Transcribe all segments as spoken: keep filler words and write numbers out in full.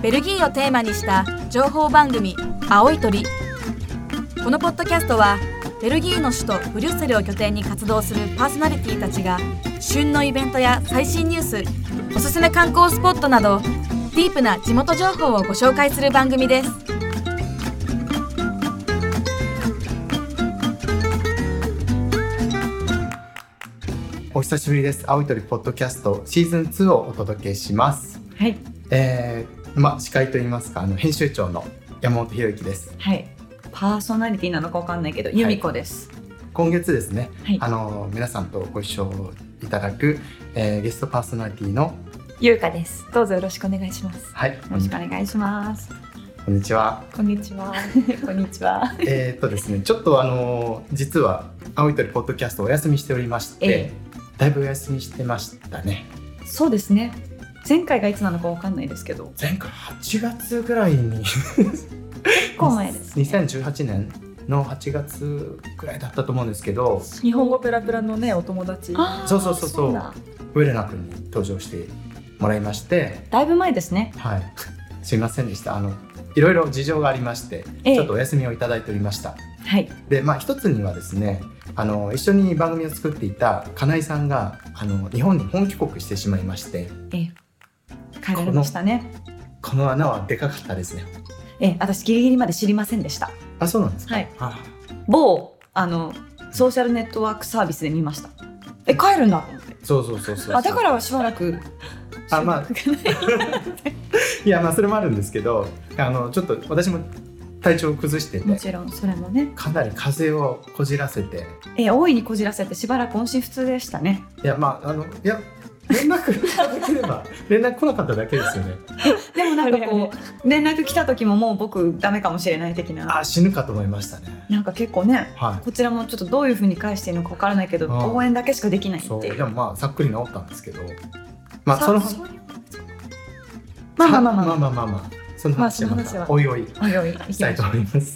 ベルギーをテーマにした情報番組青い鳥。このポッドキャストはベルギーの首都ブリュッセルを拠点に活動するパーソナリティたちが旬のイベントや最新ニュース、おすすめ観光スポットなどディープな地元情報をご紹介する番組です。 お久しぶりです。青い鳥ポッドキャストシーズンツーをお届けします。 はい、 えーまあ、司会といいますか、あの編集長の山本博之です。 はい、パーソナリティなのかわかんないけど、由美子です。 今月ですね、 はい、 あの皆さんとご一緒いただく、えー、ゲストパーソナリティの優香です。どうぞよろしくお願いします。 はい、よろしくお願いします。 こんにちは。 こんにちは。 こんにちは。 えーっとですね、ちょっとあの実は青い鳥ポッドキャストお休みしておりまして、えー、だいぶお休みしてましたね。 そうですね。前回がいつなのかわかんないですけど、 前回はちがつぐらいに結構前です、ね、 にせんじゅうはちねんのはちがつぐらいだったと思うんですけど、 日本語ペラペラのねお友達、 そうそうそうそう、ウェレナ君に登場してもらいまして、 だいぶ前ですね。 はい、すいませんでした。あのいろいろ事情がありまして、ええ、ちょっとお休みをいただいておりました。 はい。 で、まあ一つにはですね、あの一緒に番組を作っていた金井さんがあの日本に本帰国してしまいまして、 ええ、帰られましたね。 この、この穴はでかかったですね。 ええ、私ギリギリまで知りませんでした。 あ、そうなんですか。 はい。 あ某あのソーシャルネットワークサービスで見ました。え、帰るんだと思って。 そうそうそうそう。 あ、だからしばらく。 あ、まあいや、まあそれもあるんですけど、あのちょっと私も体調を崩してて、 もちろんそれもね、 かなり風邪をこじらせて、 え大いにこじらせてしばらく音信不通でしたね。 いや、まああのいや連絡いただければ連絡来なかっただけですよね。 でもなんかこう連絡来た時ももう僕ダメかもしれない的な、 あ、死ぬかと思いましたね。 なんか結構ね、 はい、 こちらもちょっとどういう風に返していいのか分からないけど、応援だけしかできないっていう。 そう、でもまあさっくり治ったんですけど、まあそのまあまあまあまあまあまあまあまあその話はまたおいおいしたいと思います。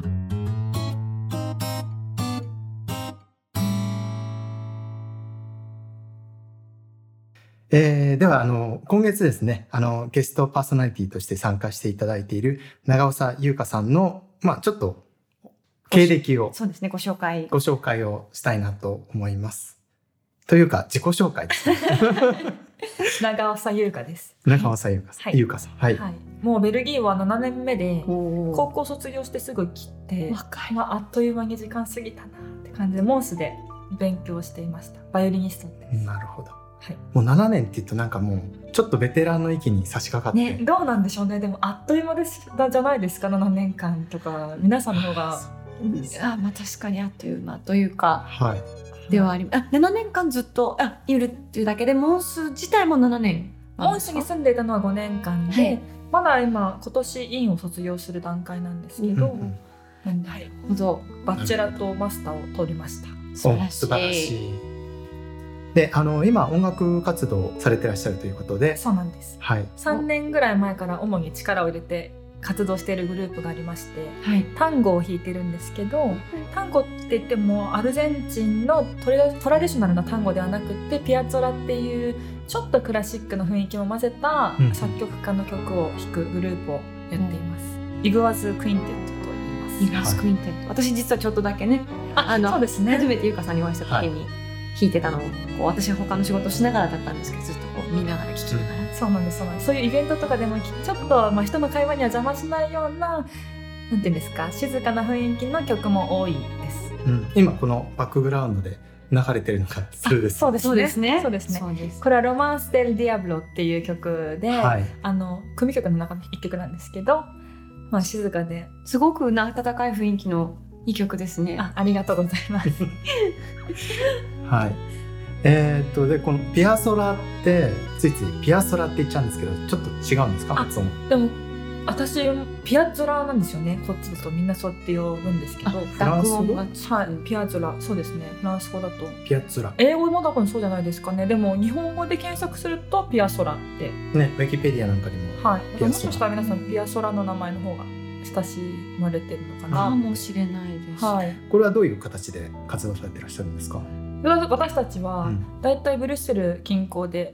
えー、ではあの今月ですね、あのゲストパーソナリティとして参加していただいている長長優香さんの、まあ、ちょっと経歴をそうですね、ご紹介ご紹介をしたいなと思います。というか自己紹介ですね。 長長優香です。 長長優香さん、はい、優香さん、はいはい、 もうベルギーはななねんめで高校卒業してすぐ来て、 若い、 まあ、あっという間に時間過ぎたなって感じでモースで勉強していました。バイオリニストです。 なるほど。 はい、 もうななねんって言うとなんかもうちょっとベテランの域に差し掛かって、 ね、どうなんでしょうね。でもあっという間ですじゃないですか。ななねんかんとか皆さんの方があ、まあ、確かにあっという間というか、 はい、 ではあります。ななねんかんずっとあいるっていうだけで、モンス自体もななねん、 モンスに住んでいたのはごねんかんで、はい、まだ今今年院を卒業する段階なんですけど、うんうん、なるほど、バチェラーとマスターを取りました。 素晴らしい。 素晴らしい。で、あの今音楽活動されてらっしゃるということで。 そうなんです、 はい、 さんねんぐらい前から主に力を入れて活動しているグループがありまして、 はい、 タンゴを弾いてるんですけど、はい、タンゴって言ってもアルゼンチンのトラ、トラディショナルなタンゴではなくて、ピアツォラっていうちょっとクラシックの雰囲気も混ぜた作曲家の曲を弾くグループをやっています、うん、イグワズクインテットと言います。 イグワズクインテット、はい、私実はちょっとだけね、 ああのそうですね、 初めて優香さんにお会いした時に弾いてたのを、こう私は他の仕事をしながらだったんですけど、ずっとこう見ながら聴きながら、 うん、そうなんです、そうなんです。そういうイベントとかでもちょっと、まあ、人の会話には邪魔しないような、なんていうんですか、静かな雰囲気の曲も多いです、 うん、今このバックグラウンドで流れてるのがそれです。 そうですね、 そうですね、 そうですね。そうです。これはロマンス・デル・ディアブロっていう曲で、はい、あの組曲の中の一曲なんですけど、まあ、静かですごく温かい雰囲気のいい曲ですね。 あ, ありがとうございます。 はい、えー、っとでこのピアソラってついついピアソラって言っちゃうんですけど、ちょっと違うんですか、発音。 でも私ピアゾラなんですよね。こっちだとみんなそうって呼ぶんですけど、 フランス語、はい、 ピアゾラ、そうですね、フランス語だとピアツラ、 英語も多分そうじゃないですかね。でも日本語で検索するとピアソラってね、ウィキペディアなんかにも、 はい、もしかしたら皆さんピアソラの名前の方が親しまれてるのかな、 かもしれないです、 はい、 これはどういう形で活動されていらっしゃるんですか。 私たちはだいたいブリュッセル近郊で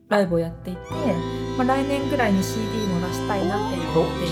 ライブをやっていて、まあ、来年ぐらいに シーディー も出したいなっていう予定なんです。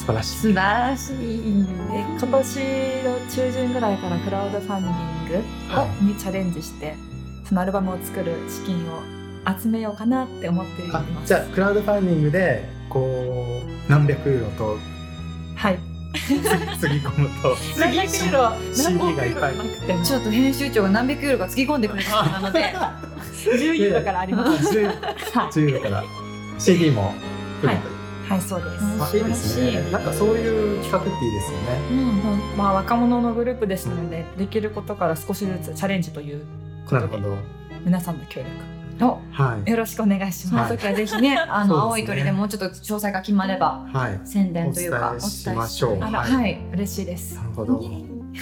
素晴らしい。 素晴らしい。 で今年の中旬ぐらいからクラウドファンディングを、 はいにチャレンジしてそのアルバムを作る資金を集めようかなって思っています。 あ、じゃあクラウドファンディングでこう何百ユーロとはいつぎ込むと何百ユーロはシーディー がいっぱいなくてもちょっと編集長が何百ユーロかつぎ込んでくれたそうなのでじゅうユーロからありますじゅうはいユーロから シーディー も来るという、 はいそうです、 うんあ、いいですね。なんかそういう企画っていいですよね。 うんまあ、若者のグループですのでできることから少しずつチャレンジということでなるほど。 皆さんの協力おはいよろしくお願いします、 その時はぜひね、あの、 そう青いですね鳥でもうちょっと詳細が決まればはい。 宣伝というかお伝えしましょうお伝えあら、 はいはい、嬉しいですなるほど。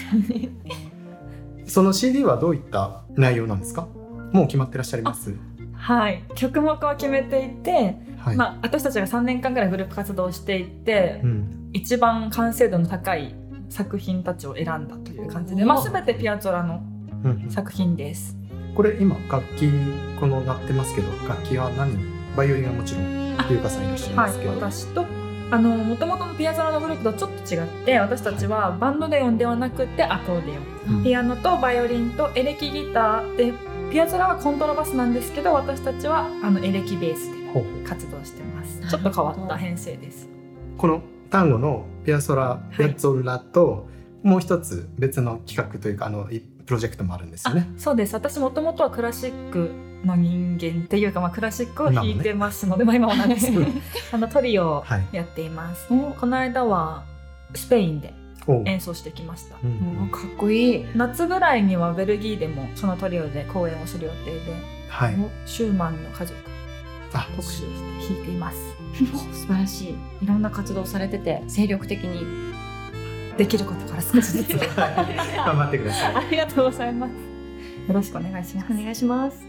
その シーディー はどういった内容なんですか？もう決まってらっしゃいます？ はい曲目は決めていて、 はい。 まあ、私たちがさんねんかんぐらいグループ活動をしていて、 うん。 一番完成度の高い作品たちを選んだという感じで、 おーまあ、全てピアツォラのうんうん作品です。 これ今楽器この鳴ってますけど、楽器は何？バイオリンはもちろん優香さんいらっしゃいまはいすけど、 私とあの元々のピアツォラのグループとちょっと違って私たちはバンドデオンではなくてアコーディオン、 うんピアノとバイオリンとエレキギターでピアツォラはコントラバスなんですけど私たちはあのエレキベースでほうほう活動してます。 なるほどちょっと変わった編成です。 この単語のピアソラ・ピアッツォラと、もう一つ別の企画というかあのいプロジェクトもあるんですよね。 そうです。私もともとはクラシックの人間っていうか、まあ、クラシックを弾いてますので、まあ、今もなんですけどあのトリオをはい。 やっています。この間はスペインでおう演奏してきました。 うんもうかっこいい。 夏ぐらいにはベルギーでもそのトリオで公演をする予定で、 はい。 シューマンの家族あ、 特集して弾いています。 素晴らしい。いろんな活動されてて精力的に。 できることから少しずつ頑張ってください。 ありがとうございます。よろしくお願いします。 お願いします。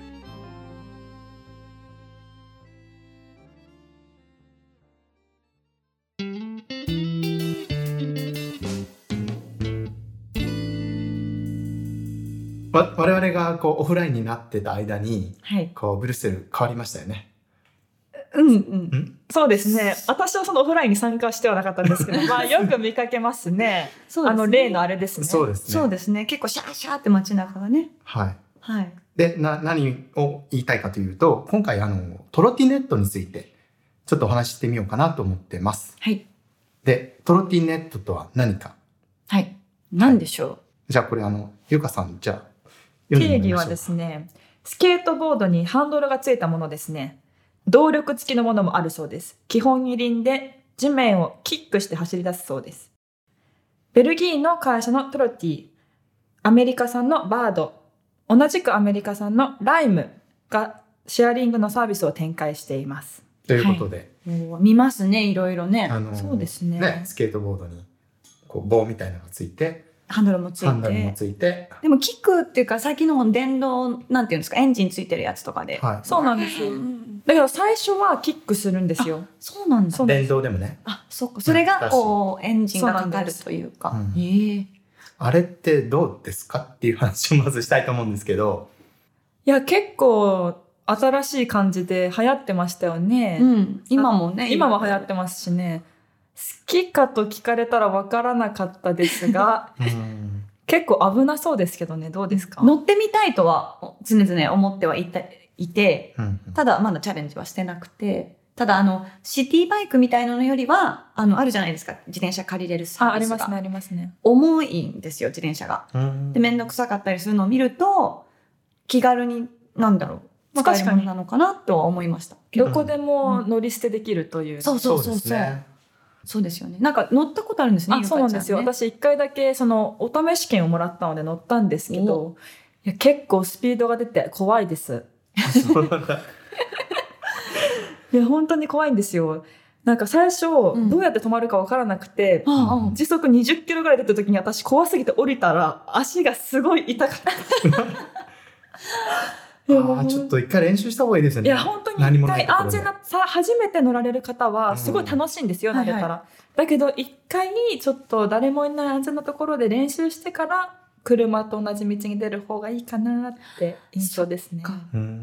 わ我々がこうオフラインになってた間にはい。 こうブリュッセル変わりましたよね。 うんうん。 ん？ そうですね。私はそのオフラインに参加してはなかったんですけど、まあよく見かけますね。 そうですねあの例のあれですね。 そうですね。 そうですね。結構シャーシャーって街中がね。 はい。 はい。 でな何を言いたいかというと、今回あのトロティネットについてちょっとお話ししてみようかなと思ってます。 はい。 で、トロティネットとは何か。 はい。なんでしょじゃあこれあのゆかさんじゃあ読んで定義はみましょう。 ですね、スケートボードにハンドルがついたものですね。動力付きのものもあるそうです。基本二輪で地面をキックして走り出すそうです。ベルギーの会社のトロティ、アメリカ産のバード、同じくアメリカ産のライムがシェアリングのサービスを展開しています。 ということで、 う。もう見ますね、いろいろね。 あのそうですねねスケートボードにこう棒みたいなのがついて、 ハンドルもついハンドルもて。 ついて、 でもキックっていうか最近の電動なんていうんですか、エンジンついてるやつとかで。 はい。 そうなんですよ。 うんだけど最初はキックするんですよ。 そうなんだ。 そうなんで電す。 動でもね。 あ、そっか。それがこうエンジンがかかるというか。 そうなんですええ。 あれってどうですかっていう話をまずしたいと思うんですけど、 いや、結構新しい感じで流行ってましたよね。 うん。今もね。 今は流行ってますしね。好きかと聞かれたらわからなかったですが、 うん結構危なそうですけどね、どうですか？ 乗ってみたいとは常々思ってはいたいて、 うんただまだチャレンジはしてなくて、ただあのシティバイクみたいなのよりはあのあるじゃないですか、自転車借りれるサあ、 ービスが。 ありますね、ありますね。 重いんですよ、自転車が。 うんで、めんどくさかったりするのを見ると、気軽に、なんだろう、 まあ使えるものなのかなとは思いました。 どこでも乗り捨てできるという。 そうそうそうそう。 ですね。 そうですよね。なんか乗ったことあるんですね。 あ、そうなんですよ。 ゆかち私一回だけそのお試し券をもらったので乗ったんですけど、いや結構スピードが出て怖いです。 そうなんだ。 いや本当に怖いんですよ。なんか最初、 んどうやって止まるかわからなくて、 ゃんね。ああああ時速にじゅっキロぐらい出た時に私怖すぎて降りたら足がすごい痛かった。いやもうあーちょっと一回練習した方がいいですよね。 いや本当に何一もないところで回安全なさ初めて乗られる方はすごい楽しいんですよ、 うん慣れたら、 はいはだけど一回ちょっと誰もいない安全なところで練習してから車と同じ道に出る方がいいかなって印象ですね。 そっかうん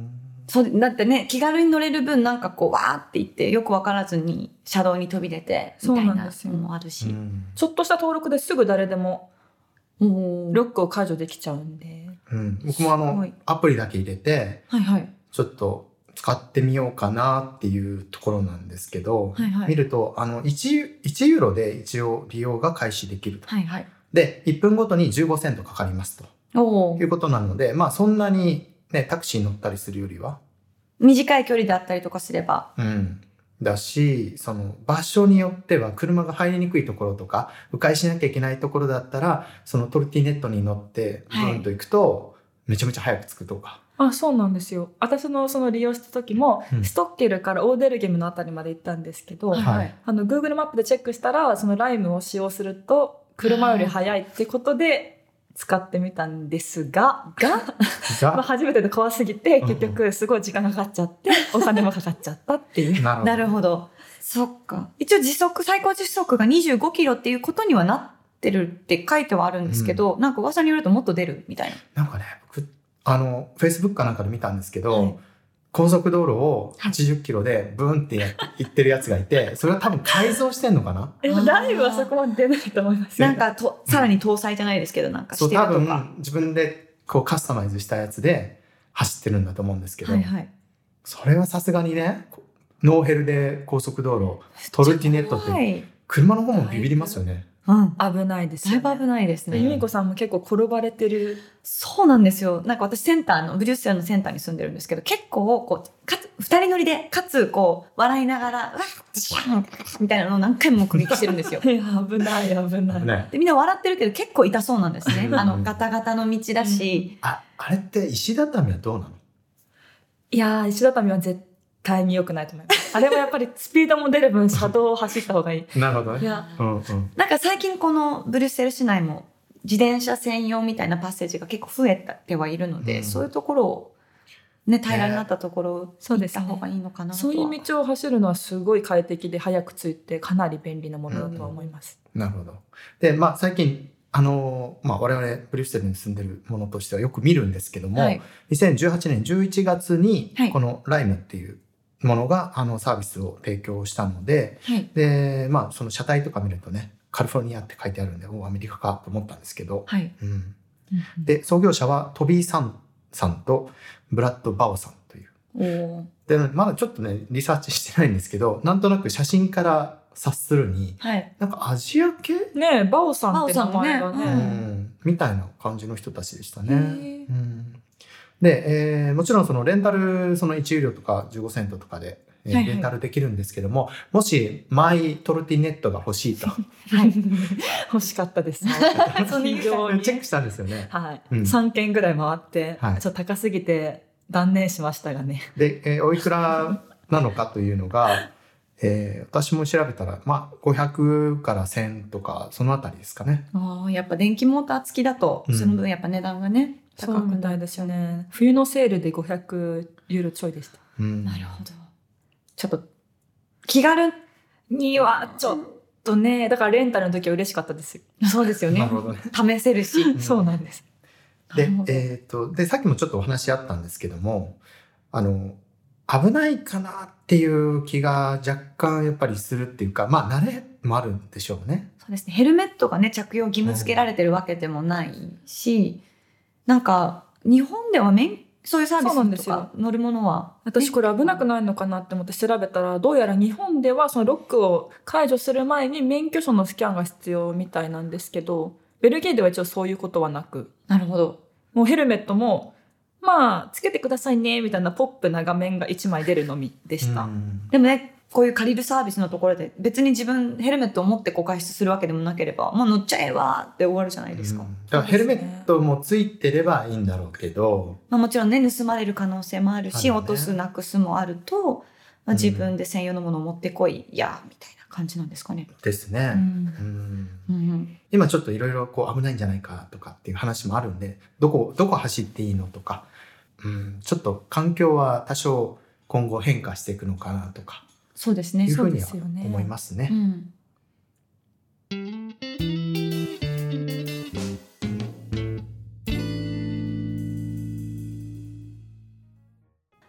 そうだってね、気軽に乗れる分なんかこうわーって言ってよくわからずに車道に飛び出てみたいそうなんなですよのもあるし、 うんちょっとした登録ですぐ誰でもおーロックを解除できちゃうんで。 うん、僕もあのすごいアプリだけ入れてはいはいちょっと使ってみようかなっていうところなんですけど、 はいはい見るとあの 1, 1ユーロで一応利用が開始できると。 はいはい。 でいっぷんごとにじゅうごセントかかりますとおーいうことなので、まあそんなにねタクシー乗ったりするよりは、 短い距離だったりとかすれば。 うん、だし、その場所によっては車が入りにくいところとか迂回しなきゃいけないところだったら、そのトルティネットに乗ってブーンと行くとめちゃめちゃ早く着くとか。 あ、そうなんですよ。私のその利用した時も、 うんストッケルからオーデルゲムのあたりまで行ったんですけど、 はいはいあの Google マップでチェックしたら、そのライムを使用すると車より速いってことで使ってみたんですが、が、まあ、 が初めてで怖すぎてうん結局すごい時間がかかっちゃって、お金もかかっちゃったっていう。 なるほど。 なるほど。そっか。一応時速、最高時速がにじゅうごキロっていうことにはなってるって書いてはあるんですけど、なんか噂によるともっと出るみたいな。 なんかね、僕、あの、Facebook かなんかで見たんですけど、 はい高速道路をはちじゅっキロでブーンってやって行ってるやつがいて、それは多分改造してんのかな。 えライブはそこまで出ないと思いますよ。 なんかと、さらに搭載じゃないですけど、なんかそう、 してる多とか。 分自分でこうカスタマイズしたやつで走ってるんだと思うんですけど、 はいはい。 それはさすがにね、ノーヘルで高速道路、トルティネットってはい。 車の方もビビりますよね。 うん。 危ないですよ、ね。 だいぶ危ないですね。 で由美子さんも結構転ばれてる。 そうなんですよ。なんか私センターの、ブリュッセルのセンターに住んでるんですけど、結構こう、かつ、二人乗りで、かつこう、笑いながら、うわっ、シャンみたいなのを何回も目撃してるんですよ。 いや危ない危ない。 ね。 で、みんな笑ってるけど結構痛そうなんですね。 うんあの、ガタガタの道だし。 あ、あれって石畳はどうなの？ いやー石畳は絶対に良くないと思います。あれはやっぱりスピードも出る分車道を走った方がいい。 なるほどね。 いやうんうん。 なんか最近このブリュッセル市内も自転車専用みたいなパッセージが結構増えてはいるので、 うんそういうところをね、平らになったところをそうですね行った方がいいのかなとは。 そういう道を走るのはすごい快適で早く着いてかなり便利なものだとは思います。 なるほど。で、まあ最近、あのーまあ我々ブリュッセルに住んでるものとしてはよく見るんですけども、 はいにせんじゅうはちねんじゅういちがつにはいこのライムっていうものがあのサービスを提供したので、 はい。 で、まあその車体とか見るとね、カリフォルニアって書いてあるんで、おアメリカかと思ったんですけど、 はい。 うん、で、創業者はトビー・サンさんとブラッド・バオさんという。 おーで、まだちょっとね、リサーチしてないんですけど、なんとなく写真から察するに、 はい。 なんかアジア系、 ねえバオさんって名前がね。 バオさんもねうんみたいな感じの人たちでしたね。 へーうんで、えーもちろんそのレンタル、そのいちユーロとかじゅうごセントとかで、えーはいはいレンタルできるんですけども、もしマイトルティネットが欲しいと、 はい。 欲しかったです。 その非常にチェックしたんですよね。 はい、 うんさんけんぐらい回って、 はいちょっと高すぎて断念しましたがね。 で、えーおいくらなのかというのが、えー私も調べたら、まあ、ごひゃくからせんとか、そのあたりですかね。 ああ、やっぱ電気モーター付きだと、 うんその分やっぱ値段がね、 そう高くなる。 みたいですよね。冬のセールでごひゃくユーロちょいでした。 うんなるほど。ちょっと、気軽にはちょっとね、だからレンタルの時は嬉しかったですよ。 そうですよねなる。ほどね。 試せるし。 んそうなんです。 でなるほ、どえっ、と、で、さっきもちょっとお話あったんですけども、あの、危ないかなっていう気が若干やっぱりするっていうか、まあ、慣れもあるんでしょうね。 そうですね。ヘルメットがね、着用義務付けられてるわけでもないし、なんか、日本では免、そういうサービそうなんですよスとか乗るものは、 私これ危なくないのかなって思って調べたら、どうやら日本ではそのロックを解除する前に免許証のスキャンが必要みたいなんですけど、ベルギーでは一応そういうことはなく、 なるほど。 もうヘルメットもまあつけてくださいねみたいなポップな画面がいちまい出るのみでした。 うんでもね、こういう借りるサービスのところで、別に自分ヘルメットを持ってこう外出するわけでもなければ、もう乗っちゃえばって終わるじゃないですか。 うんだからヘルメットもついてればいいんだろうけど、 まあ、もちろんね、盗まれる可能性もあるし、 あるよね落とす、なくすもあると、まあ、自分で専用のものを持ってこい、や、みたいな感じなんですかね。 ですね。 うんうんうん今ちょっといろいろこう危ないんじゃないかとかっていう話もあるんで、どこ、どこ走っていいのとか、うん、ちょっと環境は多少今後変化していくのかなとか、 そうですね。 いうふうにはそうですよね思いますね。 うん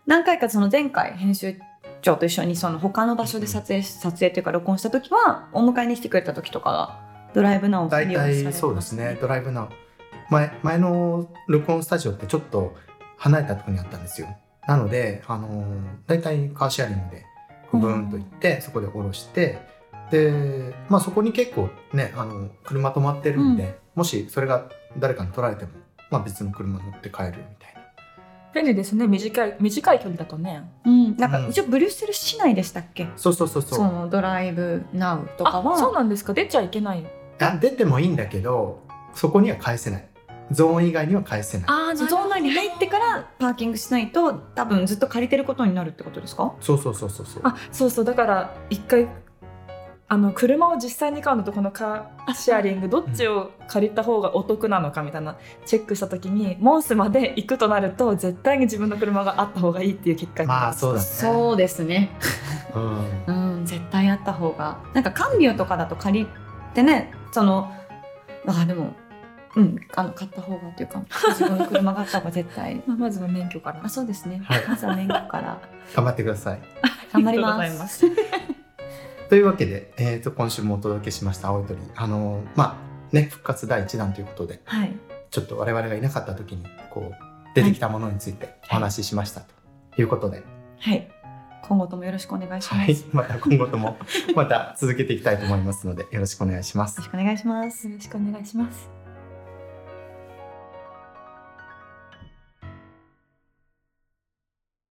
何回かその前回編集長と一緒にその他の場所で撮影、撮影というか録音した時はお迎えに来てくれた時とかがドライブナウを大利用されて体ますそうですね。ドライブナウ前前の録音スタジオってちょっと離れたところにあったんですよ。なので、あのー、大体カーシェアリングでブーンと行って、うん、そこで降ろしてで、まあ、そこに結構ねあの車止まってるんで、うん、もしそれが誰かに取られても、まあ、別の車乗って帰るみたいな。 便利ですね。短い短い距離だとね。 うん、なんか一応ブリュッセル市内でしたっけ？うん、 そうそうそうそう。 そのドライブナウとかは。 あ、そうなんですか。出ちゃいけない。 あ、出てもいいんだけど、そこには返せない。ゾーン以外には返せない。 ああ、ゾーン内に入ってからパーキングしないと多分ずっと借りてることになるってことですか？ そうそうそうそうそう。 あ、そうそう。だから一回あの車を実際に買うのとこのカーシェアリングどっちを借りた方がお得なのかみたいなチェックした時にモンスまで行くとなると絶対に自分の車があった方がいいっていう結果になります。 まあそうだね。 そうですね。 うん、 うん、絶対あった方がなんかカンビオとかだと借りてね、そのあでも。うん、あの買った方がというか自分の車があった方が絶対ま, まずは免許から。 あ、そうですね、 はい、 まずは免許から頑張ってください。 頑張ります。 というわけで、えー、と今週もお届けしました青い鳥、あのー、まあね復活だいいちだんということで、 はい、 ちょっと我々がいなかった時にこう出てきたものについてお話ししましたということで、 はい、今後ともよろしくお願いします。 はい、また今後ともまた続けていきたいと思いますのでよろしくお願いします。 よろしくお願いします。 よろしくお願いします。